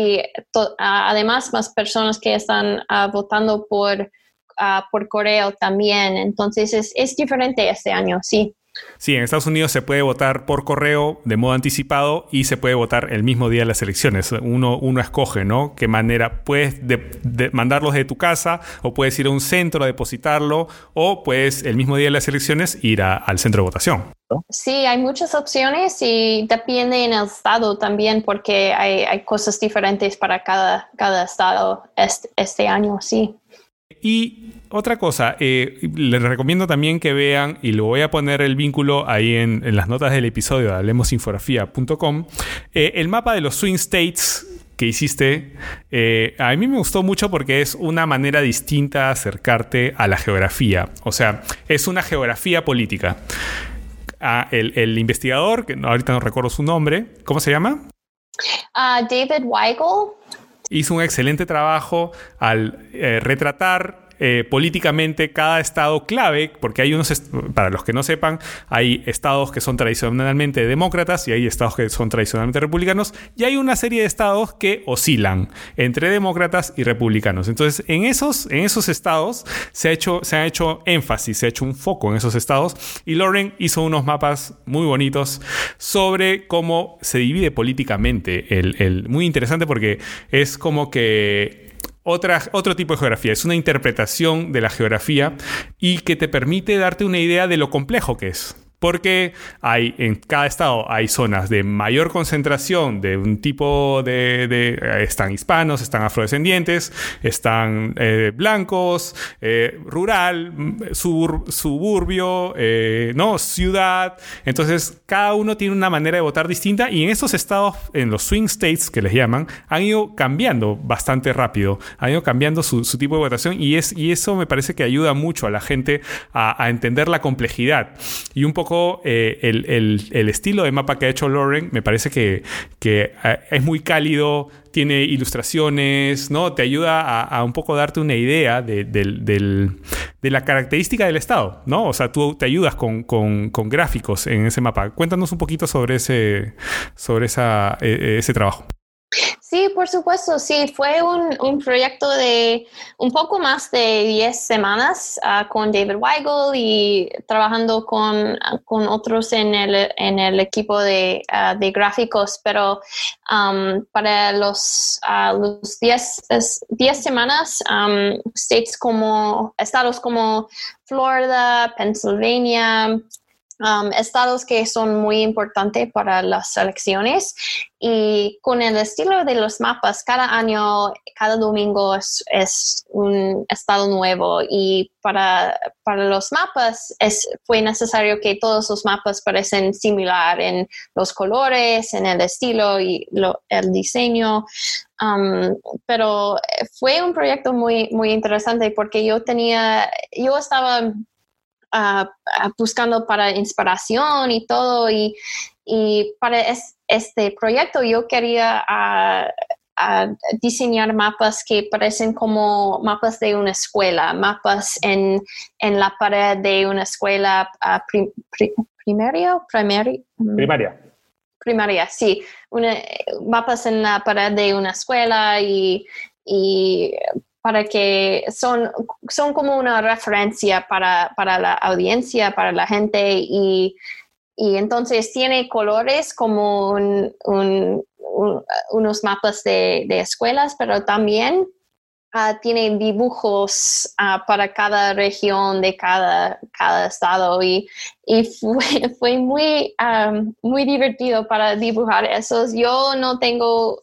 además más personas que están votando por correo también. Entonces es diferente este año, sí. Sí, en Estados Unidos se puede votar por correo de modo anticipado y se puede votar el mismo día de las elecciones. Uno escoge, ¿no? Qué manera. Puedes mandarlos de tu casa o puedes ir a un centro a depositarlo o puedes el mismo día de las elecciones ir al centro de votación, ¿no? Sí, hay muchas opciones y depende en el estado también porque hay cosas diferentes para cada estado este año, sí. Y otra cosa, les recomiendo también que vean, y lo voy a poner el vínculo ahí en las notas del episodio de hablemosinfografía.com, el mapa de los swing states que hiciste. A mí me gustó mucho porque es una manera distinta de acercarte a la geografía. O sea, es una geografía política. El investigador, que ahorita no recuerdo su nombre, ¿cómo se llama? David Weigel. Hizo un excelente trabajo al retratar políticamente cada estado clave, porque hay para los que no sepan, hay estados que son tradicionalmente demócratas y hay estados que son tradicionalmente republicanos, y hay una serie de estados que oscilan entre demócratas y republicanos. Entonces, en esos estados se ha hecho énfasis, se ha hecho un foco en esos estados, y Lauren hizo unos mapas muy bonitos sobre cómo se divide políticamente muy interesante porque es como que otro tipo de geografía. Es una interpretación de la geografía y que te permite darte una idea de lo complejo que es. Porque en cada estado hay zonas de mayor concentración de un tipo están hispanos, están afrodescendientes, están blancos, rural, suburbio, ¿no? Ciudad. Entonces, cada uno tiene una manera de votar distinta y en estos estados, en los swing states que les llaman, han ido cambiando bastante rápido. Han ido cambiando su tipo de votación y eso me parece que ayuda mucho a la gente a entender la complejidad. Y un poco el estilo de mapa que ha hecho Lauren me parece que es muy cálido, tiene ilustraciones, ¿no? Te ayuda a un poco darte una idea de la característica del estado, ¿no? O sea, tú te ayudas con gráficos en ese mapa. Cuéntanos un poquito sobre ese trabajo. Sí, por supuesto, sí. Fue un proyecto de un poco más de 10 semanas con David Weigel y trabajando con otros en el equipo de gráficos, pero para los 10 semanas, estados como Florida, Pennsylvania, estados que son muy importantes para las elecciones y con el estilo de los mapas, cada año, cada domingo es un estado nuevo y para los mapas fue necesario que todos los mapas parecen similar en los colores, en el estilo y el diseño. Pero fue un proyecto muy, muy interesante porque yo estaba buscando para inspiración y todo y para este proyecto yo quería diseñar mapas que parecen como mapas de una escuela, mapas en la pared de una escuela primaria, sí, mapas en la pared de una escuela y para que son como una referencia para la audiencia, para la gente y entonces tiene colores como unos mapas de escuelas, pero también tiene dibujos para cada región de cada estado y fue muy, muy divertido para dibujar esos. Yo no tengo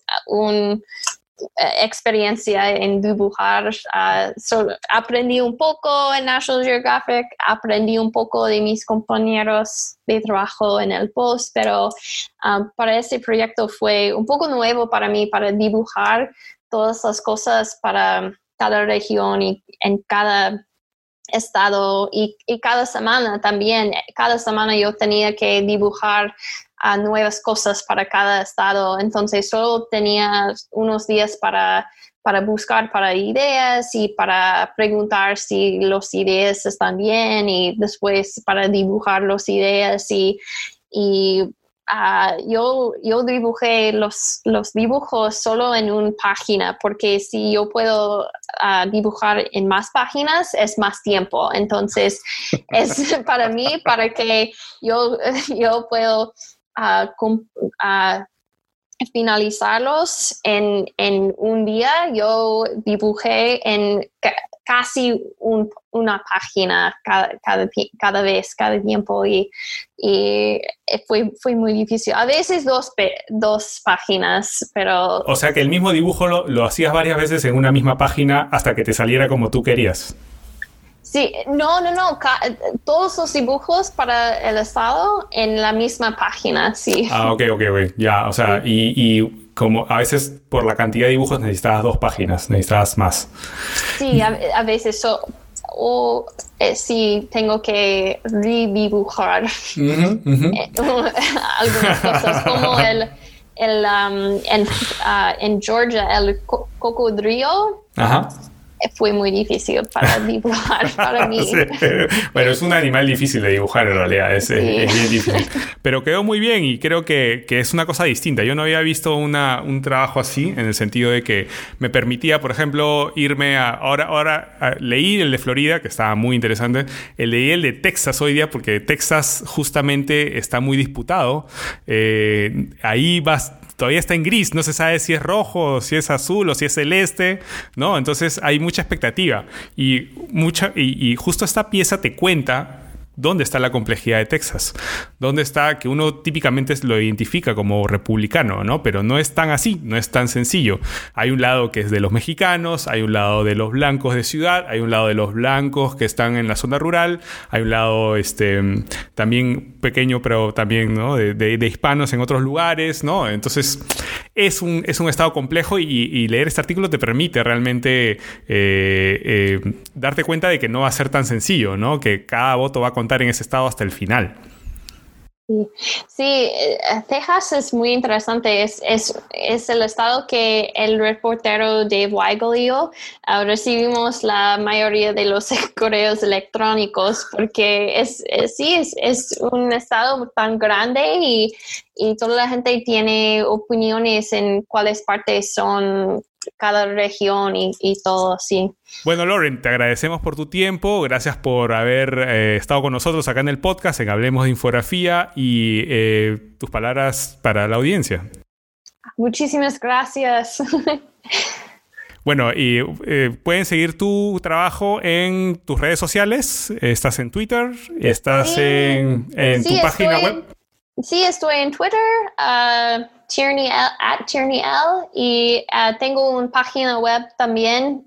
experiencia en dibujar. Aprendí un poco en National Geographic, aprendí un poco de mis compañeros de trabajo en el Post, pero para ese proyecto fue un poco nuevo para mí, para dibujar todas las cosas para cada región y en cada estado y cada semana también. Cada semana yo tenía que dibujar nuevas cosas para cada estado. Entonces solo tenía unos días para buscar para ideas y para preguntar si las ideas están bien y después para dibujar las ideas yo dibujé los dibujos solo en una página porque si yo puedo dibujar en más páginas es más tiempo. Entonces es para mí, para que yo puedo finalizarlos en un día. Yo dibujé en casi una página cada vez, cada tiempo y fue muy difícil. A veces dos páginas, pero... O sea que el mismo dibujo lo hacías varias veces en una misma página hasta que te saliera como tú querías. Sí, no. Todos los dibujos para el estado en la misma página, sí. Ok. Ya, o sea, y como a veces por la cantidad de dibujos necesitabas 2 páginas, necesitabas más. Sí, a veces sí tengo que redibujar algunas cosas, como en Georgia, el cocodrilo. Ajá. Fue muy difícil para dibujar para mí. Sí. Bueno, es un animal difícil de dibujar en realidad, es bien difícil. Pero quedó muy bien y creo que es una cosa distinta. Yo no había visto un trabajo así, en el sentido de que me permitía, por ejemplo, irme ahora leí el de Florida, que estaba muy interesante. Leí el de Texas hoy día, porque Texas justamente está muy disputado. Ahí todavía está en gris, no se sabe si es rojo, si es azul o si es celeste, ¿no? Entonces hay mucha expectativa y justo esta pieza te cuenta dónde está la complejidad de Texas, dónde está que uno típicamente lo identifica como republicano, ¿no? Pero no es tan así, no es tan sencillo. Hay un lado que es de los mexicanos, hay un lado de los blancos de ciudad, hay un lado de los blancos que están en la zona rural, hay un lado también pequeño, pero también, ¿no? de hispanos en otros lugares, ¿no? Entonces es un estado complejo y leer este artículo te permite realmente darte cuenta de que no va a ser tan sencillo, ¿no? Que cada voto va a contar en ese estado hasta el final. Sí, Texas es muy interesante. Es el estado que el reportero Dave Weigel y yo recibimos la mayoría de los correos electrónicos porque es un estado tan grande y toda la gente tiene opiniones en cuáles partes son cada región y todo, sí. Bueno, Lauren, te agradecemos por tu tiempo, gracias por haber estado con nosotros acá en el podcast en Hablemos de Infografía y tus palabras para la audiencia. Muchísimas gracias. Bueno, y pueden seguir tu trabajo en tus redes sociales. ¿Estás en Twitter? ¿Estás en tu página web? Sí, estoy en Twitter, Tierney L, y tengo una página web también,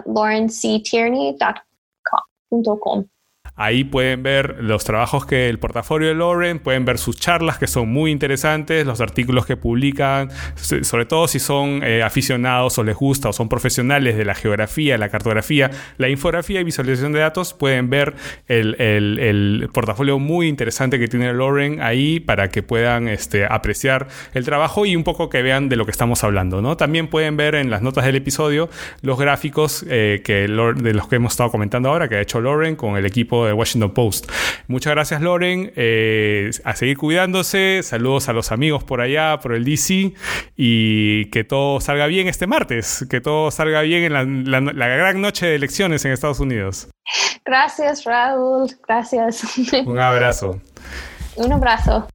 laurenctierney.com. Ahí pueden ver los trabajos el portafolio de Lauren, pueden ver sus charlas que son muy interesantes, los artículos que publican, sobre todo si son aficionados o les gusta o son profesionales de la geografía, la cartografía, la infografía y visualización de datos, pueden ver el portafolio muy interesante que tiene Lauren ahí para que puedan apreciar el trabajo y un poco que vean de lo que estamos hablando, ¿no? También pueden ver en las notas del episodio los gráficos de los que hemos estado comentando ahora, que ha hecho Lauren con el equipo de Washington Post. Muchas gracias, Lauren. A seguir cuidándose. Saludos a los amigos por allá, por el DC, y que todo salga bien este martes, que todo salga bien en la gran noche de elecciones en Estados Unidos. Gracias, Raúl. Gracias. Un abrazo. Un abrazo.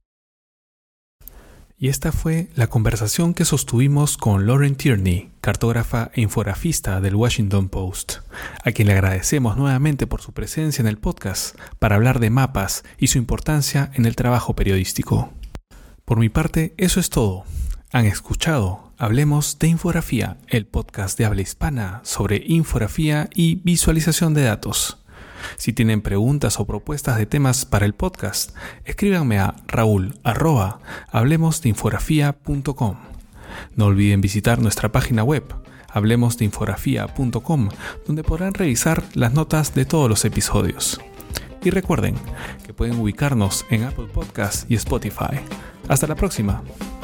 Y esta fue la conversación que sostuvimos con Lauren Tierney, cartógrafa e infografista del Washington Post, a quien le agradecemos nuevamente por su presencia en el podcast para hablar de mapas y su importancia en el trabajo periodístico. Por mi parte, eso es todo. Han escuchado Hablemos de Infografía, el podcast de habla hispana sobre infografía y visualización de datos. Si tienen preguntas o propuestas de temas para el podcast, escríbanme a raul@hablemosdeinfografía.com. No olviden visitar nuestra página web, hablemosdeinfografía.com, donde podrán revisar las notas de todos los episodios. Y recuerden que pueden ubicarnos en Apple Podcasts y Spotify. Hasta la próxima.